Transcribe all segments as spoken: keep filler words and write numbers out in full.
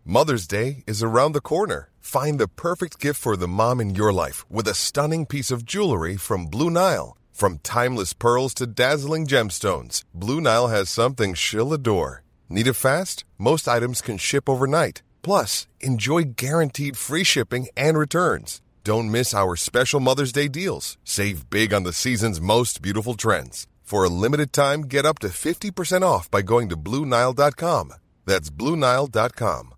Mother's Day is around the corner. Find the perfect gift for the mom in your life with a stunning piece of jewelry from Blue Nile. From timeless pearls to dazzling gemstones, Blue Nile has something she'll adore. Need it fast? Most items can ship overnight. Plus, enjoy guaranteed free shipping and returns. Don't miss our special Mother's Day deals. Save big on the season's most beautiful trends. For a limited time, get up to fifty percent off by going to Blue Nile dot com. That's Blue Nile dot com.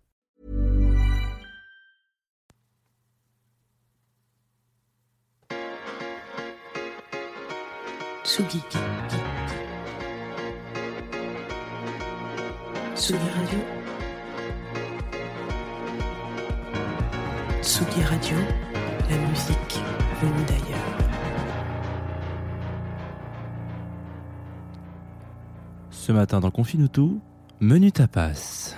Tsugi. Tsugi Radio. Tsugi Radio, la musique venue d'ailleurs. Ce matin dans Confine tout, menu tapas.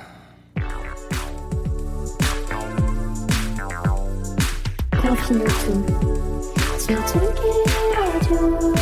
Confine tout sur Tsugi Radio.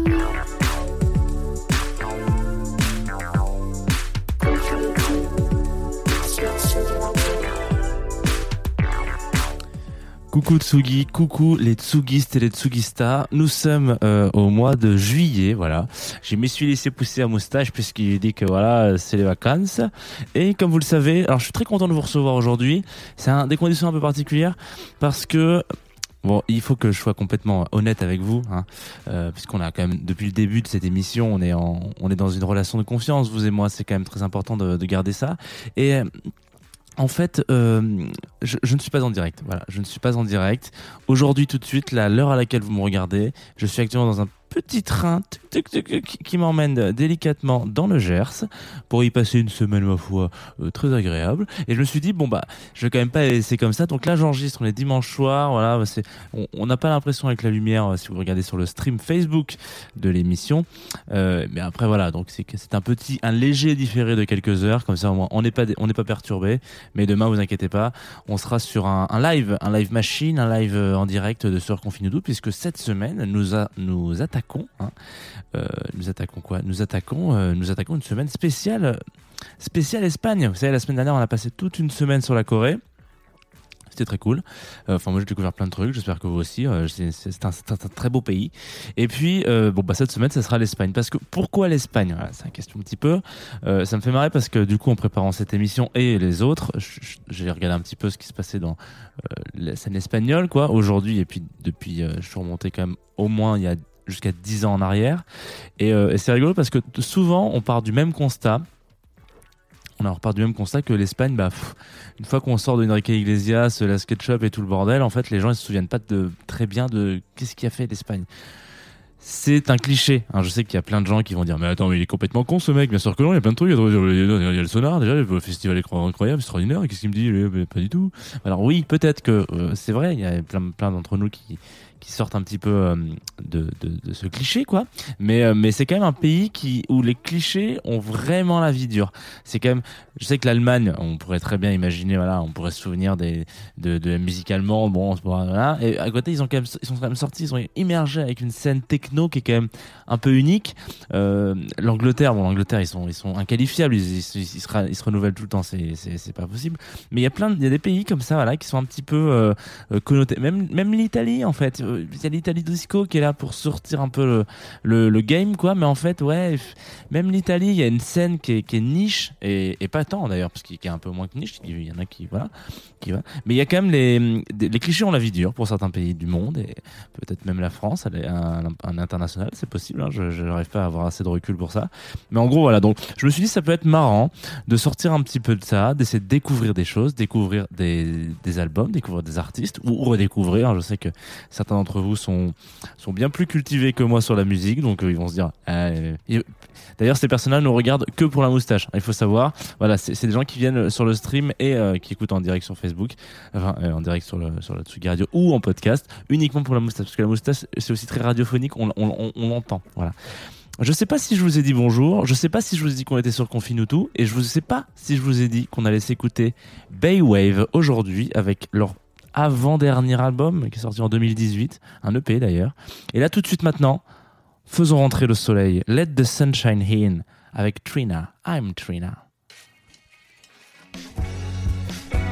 Coucou Tsugi, coucou les Tsugistes et les Tsugistas. Nous sommes euh, au mois de juillet, voilà. Je me suis laissé pousser la moustache puisqu'il dit que voilà, c'est les vacances. Et comme vous le savez, alors je suis très content de vous recevoir aujourd'hui. C'est un, des conditions un peu particulières parce que bon, il faut que je sois complètement honnête avec vous, hein, euh, puisqu'on a quand même depuis le début de cette émission, on est en, on est dans une relation de confiance, vous et moi. C'est quand même très important de, de garder ça. Et euh, En fait, euh, je, je ne suis pas en direct. Voilà, je ne suis pas en direct. Aujourd'hui, tout de suite, là, l'heure à laquelle vous me regardez, je suis actuellement dans un petit train tuk, tuk, tuk, qui m'emmène délicatement dans le Gers pour y passer une semaine, ma foi, euh, très agréable. Et je me suis dit, bon bah, je vais quand même pas laisser comme ça. Donc là, j'enregistre, on est dimanche soir. Voilà, c'est, on n'a pas l'impression avec la lumière, si vous regardez sur le stream Facebook de l'émission. Euh, mais après, voilà, donc c'est, c'est un petit, un léger différé de quelques heures. Comme ça, au moins, on n'est pas, on n'est pas perturbé. Mais demain, vous inquiétez pas, on sera sur un, un live, un live machine, un live en direct de Sur Confine tout, puisque cette semaine, nous, a, nous attaquons Hein. Euh, nous attaquons quoi Nous attaquons, euh, nous attaquons une semaine spéciale, spéciale Espagne. Vous savez, la semaine dernière, on a passé toute une semaine sur la Corée. C'était très cool. Enfin, euh, moi, j'ai découvert plein de trucs. J'espère que vous aussi. Euh, c'est, c'est, un, c'est un très beau pays. Et puis, euh, bon, bah cette semaine, ça sera l'Espagne. Parce que pourquoi l'Espagne ? Voilà, c'est une question un petit peu. Euh, ça me fait marrer parce que du coup, en préparant cette émission et les autres, j'ai regardé un petit peu ce qui se passait dans euh, la scène espagnole, quoi. Aujourd'hui, et puis depuis, euh, je suis remonté quand même au moins il y a jusqu'à dix ans en arrière. Et, euh, et c'est rigolo parce que t- souvent, on part du même constat. On repart du même constat que l'Espagne, bah, pff, une fois qu'on sort de Enrique Iglesias, la SketchUp et tout le bordel, en fait, les gens ils se souviennent pas de, très bien de qu'est-ce qui a fait l'Espagne. C'est un cliché. Hein, je sais qu'il y a plein de gens qui vont dire mais attends, mais il est complètement con ce mec. Bien sûr que non, il y a plein de trucs. Il y a, il y a le sonar déjà, le festival est incroyable, extraordinaire. Qu'est-ce qu'il me dit ? Mais pas du tout. Alors oui, peut-être que euh, c'est vrai. Il y a plein, plein d'entre nous qui qui sortent un petit peu euh, de, de, de ce cliché, quoi. Mais, euh, mais c'est quand même un pays qui, où les clichés ont vraiment la vie dure. C'est quand même, je sais que l'Allemagne, on pourrait très bien imaginer, voilà, on pourrait se souvenir des, de, de la musique allemande, bon, voilà. Et à côté, ils ont quand même, ils sont quand même sortis, ils ont immergé avec une scène techno qui est quand même un peu unique. Euh, L'Angleterre, bon, l'Angleterre, ils sont, ils sont inqualifiables, ils, ils, ils, ils, se, ils se renouvellent tout le temps, c'est, c'est, c'est pas possible. Mais il y a plein, il y a des pays comme ça, voilà, qui sont un petit peu euh, connotés. Même, même l'Italie, en fait. Il y a l'Italie Disco qui est là pour sortir un peu le, le, le game, quoi. Mais en fait, ouais, même l'Italie, il y a une scène qui est, qui est niche et, et pas tant d'ailleurs, parce qu'il y a un peu moins que niche. Il y en a qui, voilà, qui va. Mais il y a quand même les, les clichés ont la vie dure pour certains pays du monde et peut-être même la France, un, un, un international, c'est possible. Hein, je n'arrive pas à avoir assez de recul pour ça. Mais en gros, voilà. Donc, je me suis dit, ça peut être marrant de sortir un petit peu de ça, d'essayer de découvrir des choses, découvrir des, des albums, découvrir des artistes ou redécouvrir. Je sais que certains d'entre vous sont sont bien plus cultivés que moi sur la musique, donc euh, ils vont se dire euh, et, d'ailleurs ces personnes-là ne regardent que pour la moustache, il faut savoir, voilà, c'est, c'est des gens qui viennent sur le stream et euh, qui écoutent en direct sur Facebook, enfin euh, en direct sur le sur la Tsugi Radio ou en podcast uniquement pour la moustache, parce que la moustache c'est aussi très radiophonique, on, on, on, on l'entend, voilà. Je sais pas si je vous ai dit bonjour, je sais pas si je vous ai dit qu'on était sur Confine tout, et je ne sais pas si je vous ai dit qu'on allait s'écouter Baywave aujourd'hui avec leur avant-dernier album qui est sorti en deux mille dix-huit, un E P d'ailleurs. Et là tout de suite maintenant, faisons rentrer le soleil. Let the sunshine in avec Trina. I'm Trina.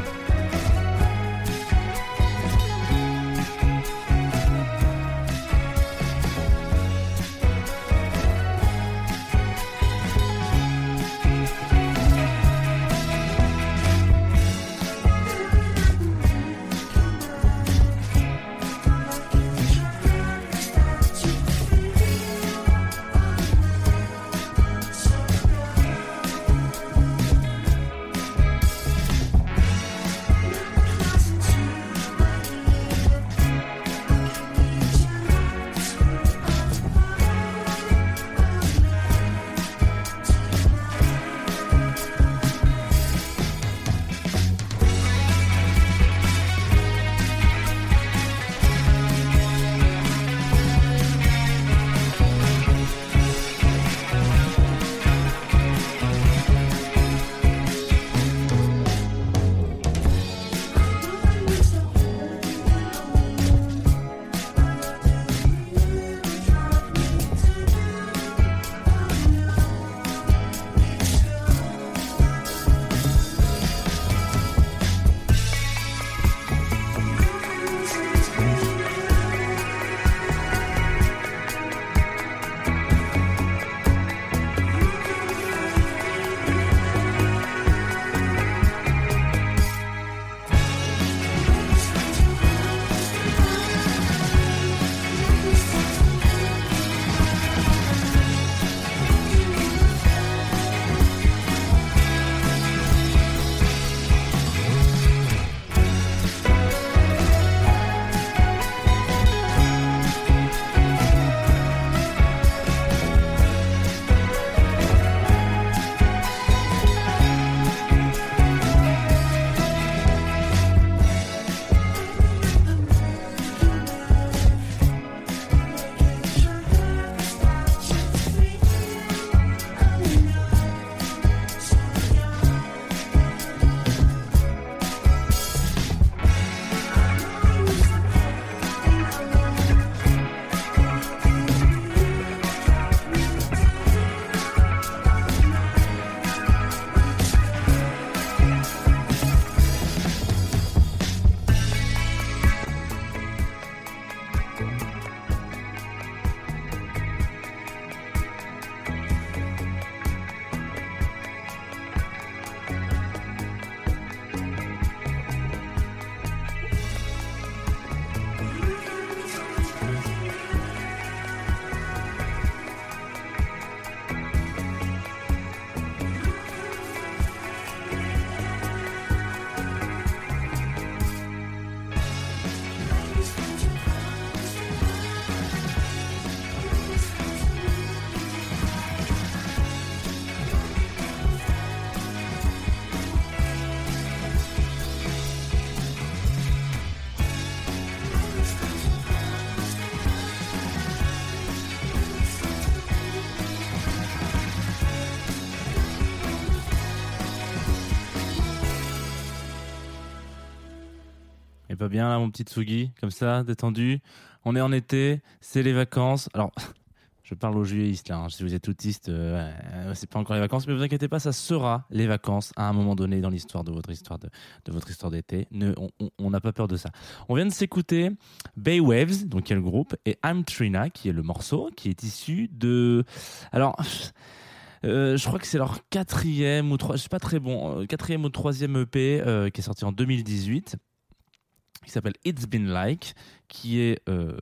pas bien là, mon petit Tsugi, comme ça, détendu. On est en été, c'est les vacances. Alors, je parle aux juilléistes là. Hein. Si vous êtes autistes, euh, ouais, c'est pas encore les vacances, mais vous inquiétez pas, ça sera les vacances à un moment donné dans l'histoire de votre histoire de, de votre histoire d'été. Ne, on n'a pas peur de ça. On vient de s'écouter Bay Waves, donc qui est le groupe, et I'm Trina, qui est le morceau, qui est issu de. Alors. Euh, je crois que c'est leur quatrième ou trois, je suis pas très bon, euh, quatrième ou troisième E P euh, qui est sorti en deux mille dix-huit, qui s'appelle It's Been Like, qui est euh,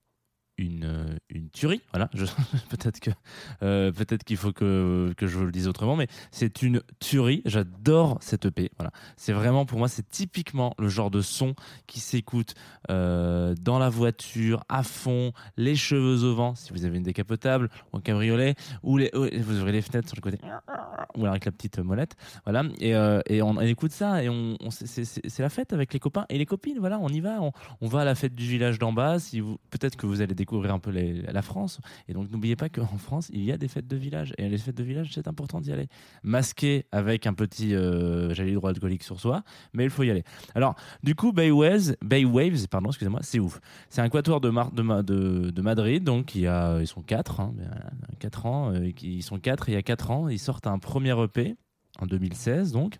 une une tuerie. Voilà, je, peut-être que euh, peut-être qu'il faut que que je vous le dise autrement, mais c'est une tuerie. J'adore cette E P. Voilà, c'est vraiment pour moi, c'est typiquement le genre de son qui s'écoute euh, dans la voiture à fond, les cheveux au vent. Si vous avez une décapotable ou un cabriolet, ou les, vous ouvrez les fenêtres sur le côté, ou alors avec la petite molette. Voilà, et euh, et on, on écoute ça et on, on c'est, c'est c'est la fête avec les copains et les copines. Voilà, on y va. On, on va à la fête du village d'en bas. Si vous, peut-être que vous allez découvrir un peu les, la France. Et donc, n'oubliez pas qu'en France, il y a des fêtes de village. Et les fêtes de village, c'est important d'y aller. Masqué avec un petit euh, gel hydroalcoolique sur soi, mais il faut y aller. Alors, du coup, Bay Waves, Bay Waves pardon, excusez-moi, c'est ouf. C'est un quatuor de, Mar- de, de, de Madrid, donc il y a, ils sont quatre, hein, quatre ans, euh, ils sont quatre, et il y a quatre ans, ils sortent un premier E P en deux mille seize, donc.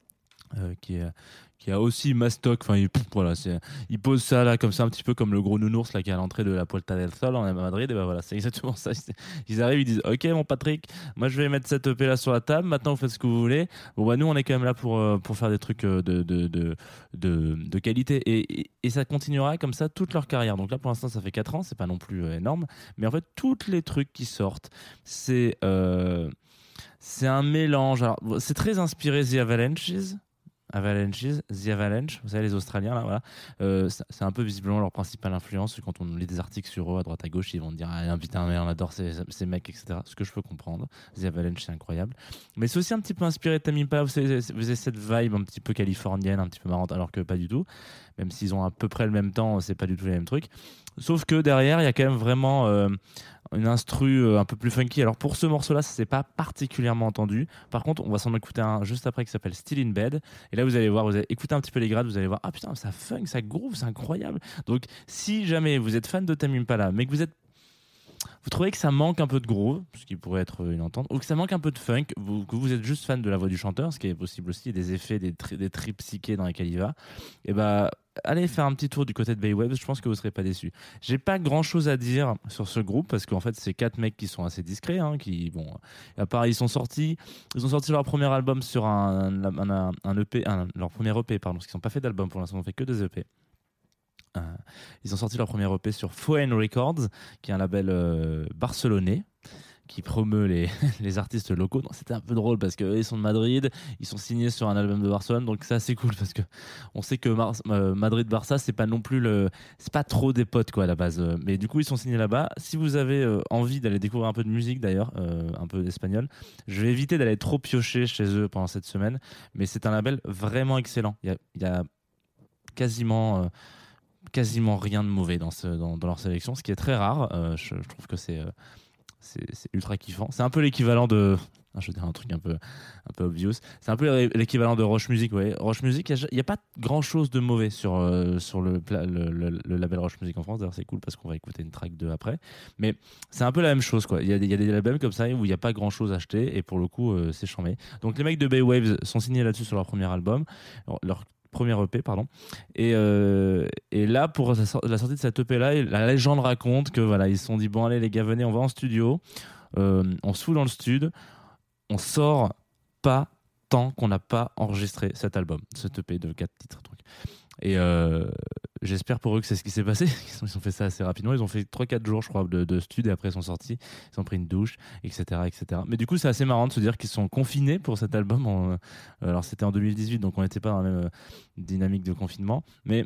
Euh, qui est qui a aussi mastoc, enfin il, voilà, c'est il pose ça là comme ça un petit peu comme le gros nounours là qui est à l'entrée de la Puerta del Sol en Madrid, et ben voilà, c'est exactement ça. Ils arrivent, ils disent OK mon Patrick, moi je vais mettre cette E P là sur la table, maintenant vous faites ce que vous voulez. Bon bah nous on est quand même là pour pour faire des trucs de de de de de, de qualité, et, et et ça continuera comme ça toute leur carrière. Donc là pour l'instant ça fait quatre ans, c'est pas non plus énorme, mais en fait tous les trucs qui sortent, c'est euh, c'est un mélange. Alors c'est très inspiré The Avalanches. Avalanches, The Avalanche, vous savez les Australiens là, voilà. Euh, c'est un peu visiblement leur principale influence. Quand on lit des articles sur eux à droite à gauche, ils vont dire ah putain mais on adore ces, ces mecs, et cetera. Ce que je peux comprendre. The Avalanche c'est incroyable, mais c'est aussi un petit peu inspiré de Tame Impala. Vous savez, vous avez cette vibe un petit peu californienne, un petit peu marrante, alors que pas du tout. Même s'ils ont à peu près le même temps, c'est pas du tout les mêmes trucs. Sauf que derrière, il y a quand même vraiment euh, une instru euh, un peu plus funky. Alors pour ce morceau-là, ça s'est pas particulièrement entendu. Par contre, on va s'en écouter un juste après qui s'appelle Still in Bed. Et là, vous allez voir, vous allez écouter un petit peu les grades, vous allez voir, ah putain, ça funk, ça groove, c'est incroyable. Donc, si jamais vous êtes fan de Tame Impala, mais que vous êtes vous trouvez que ça manque un peu de groove, ce qui pourrait être une entente, ou que ça manque un peu de funk, vous, que vous êtes juste fan de la voix du chanteur, ce qui est possible aussi, des effets, des, tri- des trips psychés dans lesquels il va, et bah, allez faire un petit tour du côté de Bay Waves, je pense que vous serez pas déçus. J'ai pas grand chose à dire sur ce groupe, parce qu'en fait, c'est quatre mecs qui sont assez discrets, hein, qui, bon, à part, ils sont sortis, ils ont sorti leur premier album sur un, un, un, un E P, un, leur premier E P, pardon, parce qu'ils n'ont pas fait d'album pour l'instant, ils ont fait que des E P. Euh, ils ont sorti leur premier E P sur Foen Records, qui est un label euh, barcelonais qui promeut les, les artistes locaux. Donc, c'était un peu drôle parce qu'eux ils sont de Madrid, ils sont signés sur un album de Barcelone, donc c'est assez cool parce que on sait que Mar- euh, Madrid-Barça c'est pas non plus le, c'est pas trop des potes quoi à la base. Mais du coup ils sont signés là-bas. Si vous avez euh, envie d'aller découvrir un peu de musique d'ailleurs, euh, un peu d'espagnol, je vais éviter d'aller trop piocher chez eux pendant cette semaine. Mais c'est un label vraiment excellent. Il y a, il y a quasiment euh, quasiment rien de mauvais dans, ce, dans, dans leur sélection, ce qui est très rare. Euh, je, je trouve que c'est, euh, c'est, c'est ultra kiffant. C'est un peu l'équivalent de... Ah, je vais dire un truc un peu, un peu obvious. C'est un peu l'équivalent de Roche Music. Ouais. Roche Music, il n'y a, a pas grand chose de mauvais sur, euh, sur le, le, le, le label Roche Music en France. D'ailleurs, c'est cool parce qu'on va écouter une track deux après. Mais c'est un peu la même chose, quoi. Il y a, y a des labels comme ça où il n'y a pas grand chose à acheter et pour le coup, euh, c'est charmé. Donc, les mecs de Bay Waves sont signés là-dessus sur leur premier album. Alors, leur premier E P, pardon. Et, euh, et là, pour la sortie de cet E P-là, la légende raconte que voilà, ils se sont dit bon, allez, les gars, venez, on va en studio. Euh, on se fout dans le studio. On sort pas tant qu'on n'a pas enregistré cet album, cet E P de quatre titres. Donc. Et euh, j'espère pour eux que c'est ce qui s'est passé. Ils ont fait ça assez rapidement. Ils ont fait trois quatre jours, je crois, de, de stud et après ils sont sortis. Ils ont pris une douche, et cetera, et cetera. Mais du coup, c'est assez marrant de se dire qu'ils sont confinés pour cet album. En, euh, alors, c'était en deux mille dix-huit, donc on n'était pas dans la même euh, dynamique de confinement. Mais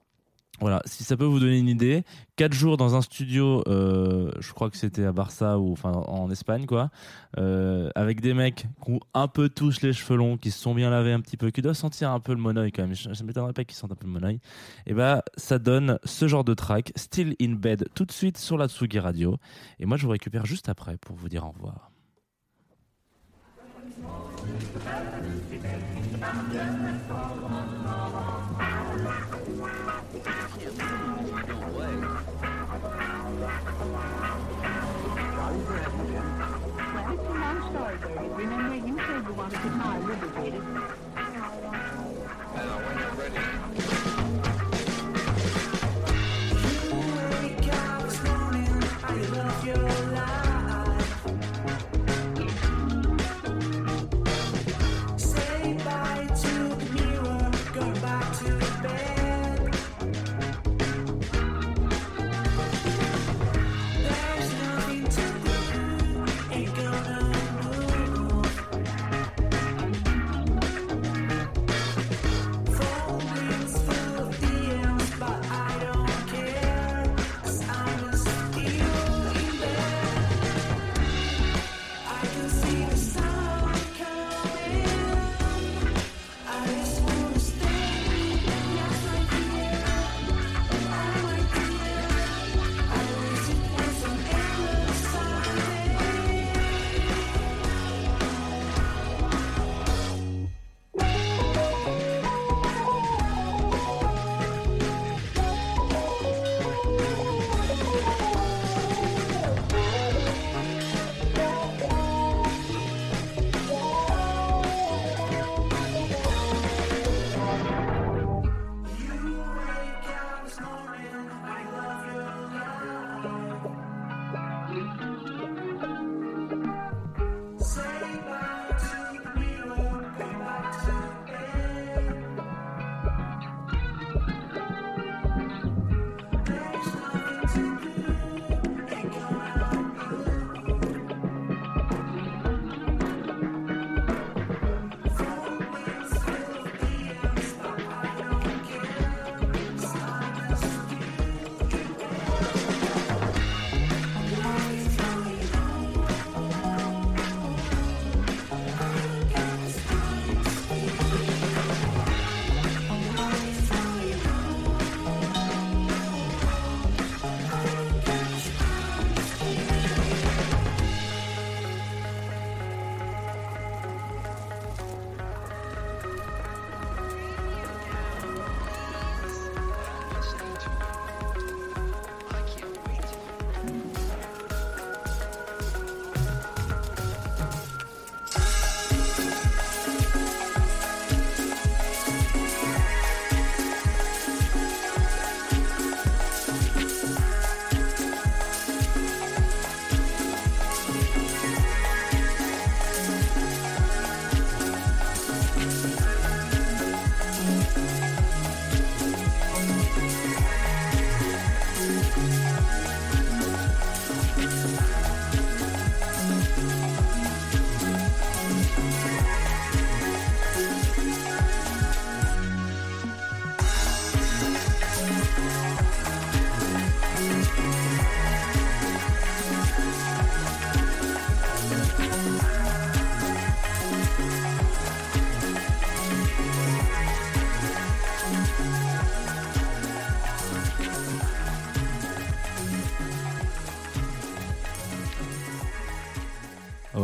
voilà, si ça peut vous donner une idée, quatre jours dans un studio, euh, je crois que c'était à Barça ou enfin en Espagne quoi, euh, avec des mecs qui ont un peu tous les cheveux longs, qui se sont bien lavés un petit peu, qui doivent sentir un peu le monoeil quand même. Je, je m'étonnerais pas qu'ils sentent un peu le monoeil. Et bah ça donne ce genre de track, Still in Bed, tout de suite sur la Tsugi Radio. Et moi je vous récupère juste après pour vous dire au revoir. Wow.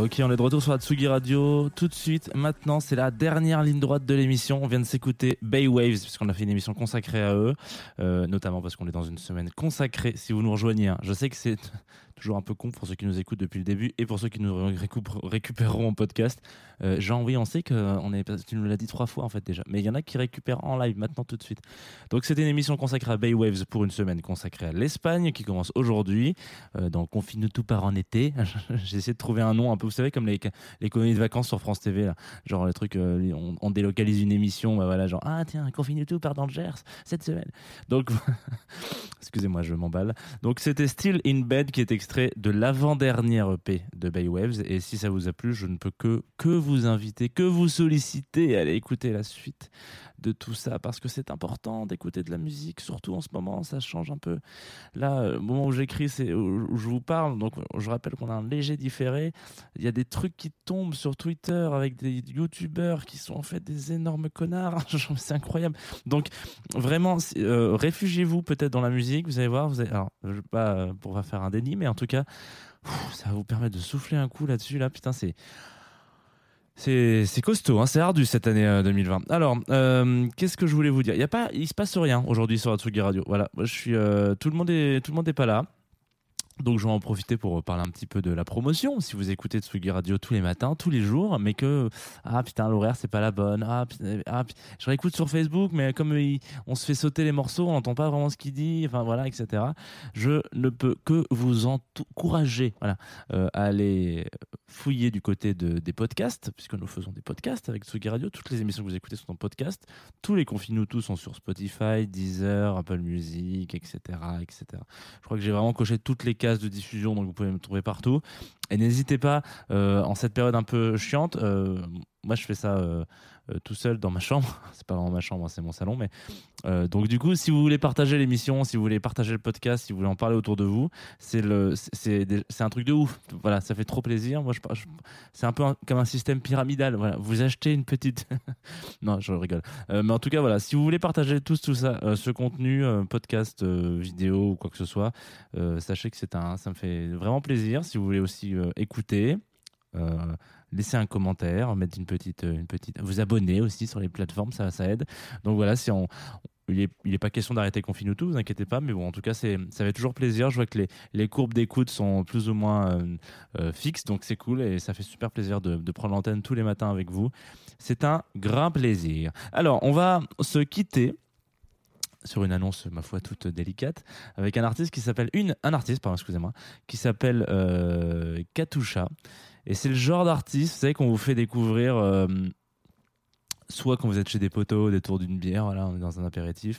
Ok, on est de retour sur la Tsugi Radio. Tout de suite, maintenant, c'est la dernière ligne droite de l'émission. On vient de s'écouter Bay Waves, puisqu'on a fait une émission consacrée à eux, euh, notamment parce qu'on est dans une semaine consacrée. Si vous nous rejoignez, hein, je sais que c'est toujours un peu con pour ceux qui nous écoutent depuis le début et pour ceux qui nous récup- récupéreront en podcast. Euh, Jean, oui, on sait que on est, tu nous l'as dit trois fois en fait déjà, mais il y en a qui récupèrent en live maintenant tout de suite. Donc c'était une émission consacrée à Bay Waves pour une semaine consacrée à l'Espagne qui commence aujourd'hui. Euh, dans Confine tout part en été. J'ai essayé de trouver un nom un peu, vous savez, comme les, les colonies de vacances sur France T V, là. Genre le truc, euh, on, on délocalise une émission, bah voilà, genre ah tiens, Confine tout part dans le Gers cette semaine. Donc excusez-moi, je m'emballe. Donc c'était Still in Bed qui est extrait de l'avant-dernière E P de Bay Waves. Et si ça vous a plu, je ne peux que que vous inviter, que vous solliciter à aller écouter la suite de tout ça, parce que c'est important d'écouter de la musique, surtout en ce moment, ça change un peu. Là, au moment où j'écris, c'est où je vous parle, donc je rappelle qu'on a un léger différé. Il y a des trucs qui tombent sur Twitter avec des youtubeurs qui sont en fait des énormes connards. C'est incroyable. Donc vraiment, euh, réfugiez-vous peut-être dans la musique. Vous allez voir, vous allez, alors je vais pas pour pas faire un déni, mais en tout cas, ça va vous permettre de souffler un coup là-dessus. Là, putain, c'est C'est, c'est costaud, hein, c'est ardu cette année euh, deux mille vingt. Alors, euh, qu'est-ce que je voulais vous dire ? Il y a pas, il se passe rien aujourd'hui sur la Tsugi Radio. Voilà, moi je suis, euh, tout le monde est, tout le monde est pas là. Donc je vais en profiter pour parler un petit peu de la promotion. Si vous écoutez Tsugi Radio tous les matins, tous les jours, mais que ah putain l'horaire c'est pas la bonne, ah putain, ah putain, je réécoute sur Facebook, mais comme il, on se fait sauter les morceaux, on n'entend pas vraiment ce qu'il dit, enfin voilà, et cetera. Je ne peux que vous encourager, voilà, euh, à aller fouiller du côté de des podcasts, puisque nous faisons des podcasts avec Tsugi Radio. Toutes les émissions que vous écoutez sont en podcast. Tous les Confine-nous tous sont sur Spotify, Deezer, Apple Music, et cetera, et cetera. Je crois que j'ai vraiment coché toutes les cases de diffusion, donc vous pouvez me trouver partout. Et n'hésitez pas, euh, en cette période un peu chiante, euh, moi je fais ça euh, euh, tout seul dans ma chambre. C'est pas vraiment ma chambre, c'est mon salon, mais euh, donc du coup, si vous voulez partager l'émission, si vous voulez partager le podcast, si vous voulez en parler autour de vous, c'est le, c'est, c'est, c'est un truc de ouf. Voilà, ça fait trop plaisir. Moi, je, je c'est un peu un, comme un système pyramidal. Voilà, vous achetez une petite. Non, je rigole. Euh, mais en tout cas, voilà, si vous voulez partager tous tout ça, euh, ce contenu, euh, podcast, euh, vidéo ou quoi que ce soit, euh, sachez que c'est un, ça me fait vraiment plaisir. Si vous voulez aussi euh, écouter. Euh, laissez un commentaire, mettre une petite, une petite, vous abonner aussi sur les plateformes, ça, ça aide. Donc voilà, si on, il est, il est pas question d'arrêter Confine-nous tout, vous inquiétez pas, mais bon, en tout cas, c'est, ça fait toujours plaisir. Je vois que les, les courbes d'écoute sont plus ou moins euh, euh, fixes, donc c'est cool et ça fait super plaisir de, de prendre l'antenne tous les matins avec vous. C'est un grand plaisir. Alors, on va se quitter sur une annonce, ma foi, toute délicate, avec un artiste qui s'appelle, une, un artiste, pardon, excusez-moi, qui s'appelle euh, Katusha. Et c'est le genre d'artiste, vous savez, qu'on vous fait découvrir, euh, soit quand vous êtes chez des potos, des tours d'une bière, voilà, on est dans un apéritif,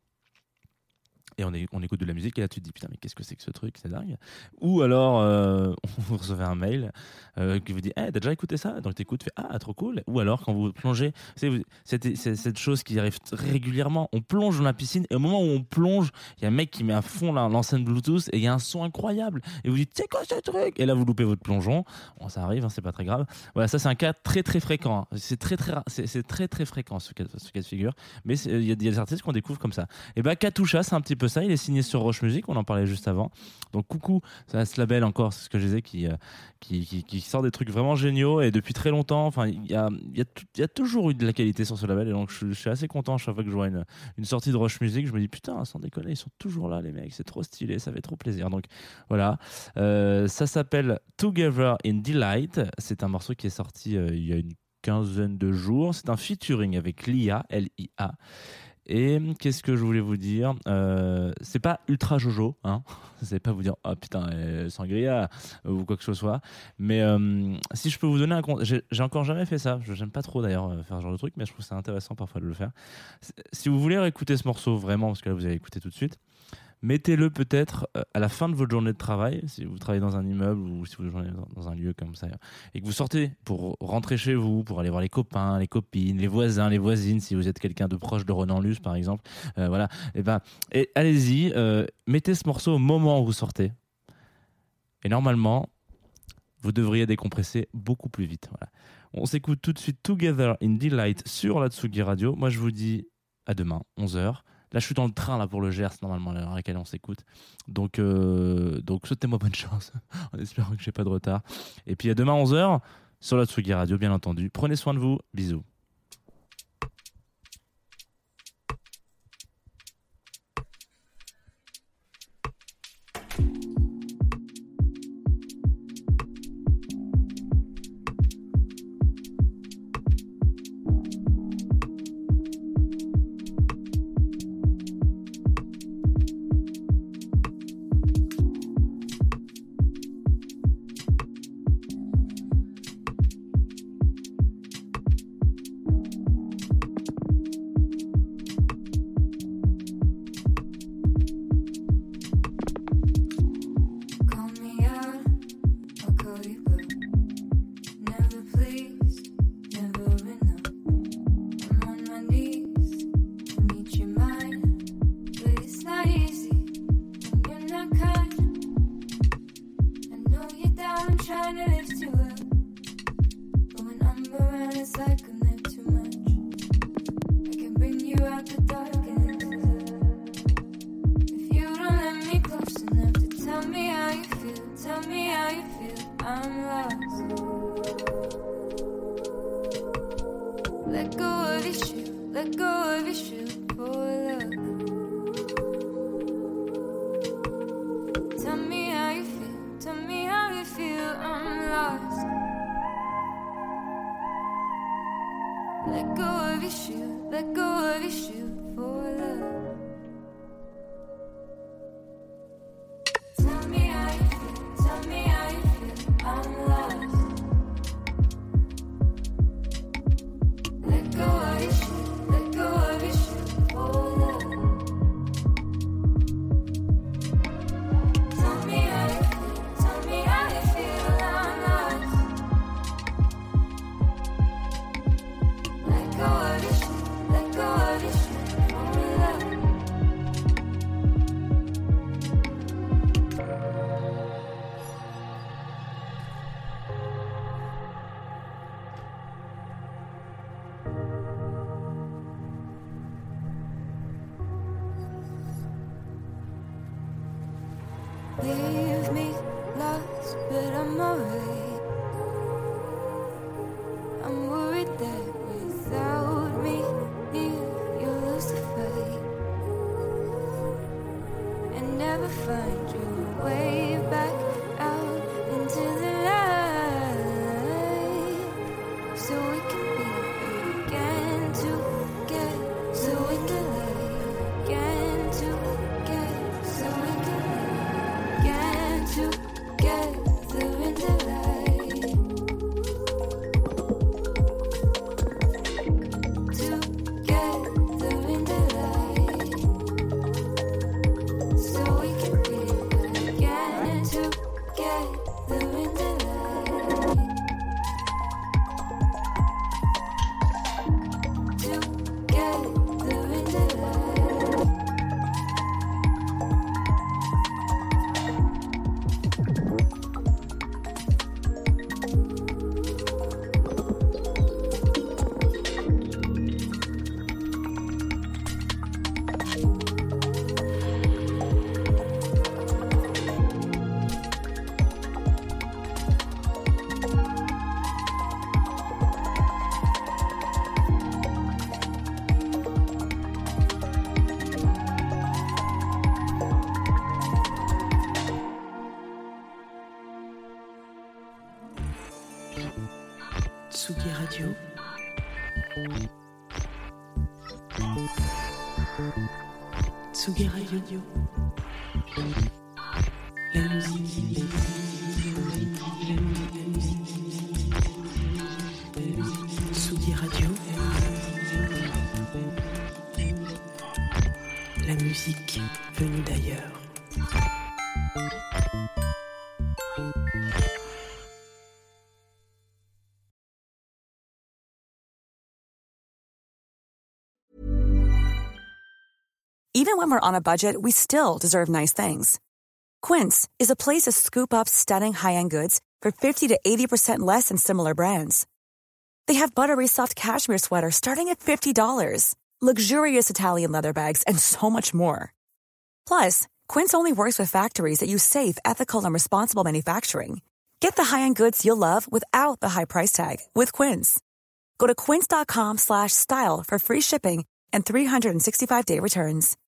et on, est, on écoute de la musique, et là tu te dis putain mais qu'est-ce que c'est que ce truc, c'est dingue. Ou alors euh, vous recevez un mail euh, qui vous dit hey, t'as déjà écouté ça, donc t'écoutes, tu fais ah trop cool. Ou alors quand vous plongez, vous savez, vous, c'est, c'est cette chose qui arrive régulièrement, on plonge dans la piscine et au moment où on plonge, il y a un mec qui met à fond là, l'enceinte Bluetooth et il y a un son incroyable et vous dites c'est quoi ce truc, et là vous loupez votre plongeon. Bon, ça arrive, hein, c'est pas très grave. Voilà, ça c'est un cas très très fréquent, hein. c'est très très c'est, c'est très très fréquent ce cas, ce cas de figure, mais il y a des artistes qu'on découvre comme ça. Et bah Katusha, c'est un petit peu ça, il est signé sur Roche Music, on en parlait juste avant. Donc coucou, c'est ce label encore, c'est ce que je disais, qui, qui, qui, qui sort des trucs vraiment géniaux et depuis très longtemps. Enfin, il y a, il y a, il y a toujours eu de la qualité sur ce label et donc je, je suis assez content chaque fois que je vois une, une sortie de Roche Music. Je me dis putain, sans déconner, ils sont toujours là les mecs, c'est trop stylé, ça fait trop plaisir. Donc voilà, euh, ça s'appelle Together in Delight. C'est un morceau qui est sorti euh, il y a une quinzaine de jours. C'est un featuring avec Lia, L I A. Et qu'est-ce que je voulais vous dire, euh, c'est pas ultra Jojo, hein, c'est pas vous dire oh putain euh, Sangria ou quoi que ce soit, mais euh, si je peux vous donner un compte, j'ai, j'ai encore jamais fait ça, je j'aime pas trop d'ailleurs faire ce genre de truc, mais je trouve ça intéressant parfois de le faire. Si vous voulez réécouter ce morceau vraiment, parce que là vous allez écouter tout de suite, mettez-le peut-être à la fin de votre journée de travail, si vous travaillez dans un immeuble ou si vous travaillez dans un lieu comme ça, et que vous sortez pour rentrer chez vous, pour aller voir les copains, les copines, les voisins, les voisines, si vous êtes quelqu'un de proche de Ronan Luce par exemple, euh, voilà, et ben, et allez-y, euh, mettez ce morceau au moment où vous sortez, et normalement, vous devriez décompresser beaucoup plus vite. Voilà. On s'écoute tout de suite Together in Delight sur la Tsugi Radio. Moi je vous dis à demain, onze heures. Là, je suis dans le train là pour le Gers normalement à l'heure à laquelle on s'écoute. Donc, euh, donc souhaitez-moi bonne chance en espérant que j'ai pas de retard. Et puis à demain onze heures sur la Tsugi Radio, bien entendu. Prenez soin de vous. Bisous. Leave me lost, but I'm alright. I'm worried that without me here, you'll lose the fight and never find your way back out into the light. So we can be again together, so we can live again together, so we can together in the light, together in the light, so we can be again together in the light, together in the light. Tsugi Radio. Tsugi Radio. La musique, la musique. Tsugi Radio. La musique venue d'ailleurs. Even when we're on a budget, we still deserve nice things. Quince is a place to scoop up stunning high-end goods for fifty to eighty percent less than similar brands. They have buttery soft cashmere sweaters starting at fifty dollars, luxurious Italian leather bags, and so much more. Plus, Quince only works with factories that use safe, ethical, and responsible manufacturing. Get the high-end goods you'll love without the high price tag with Quince. Go to quince.com slash style for free shipping and three sixty-five day returns.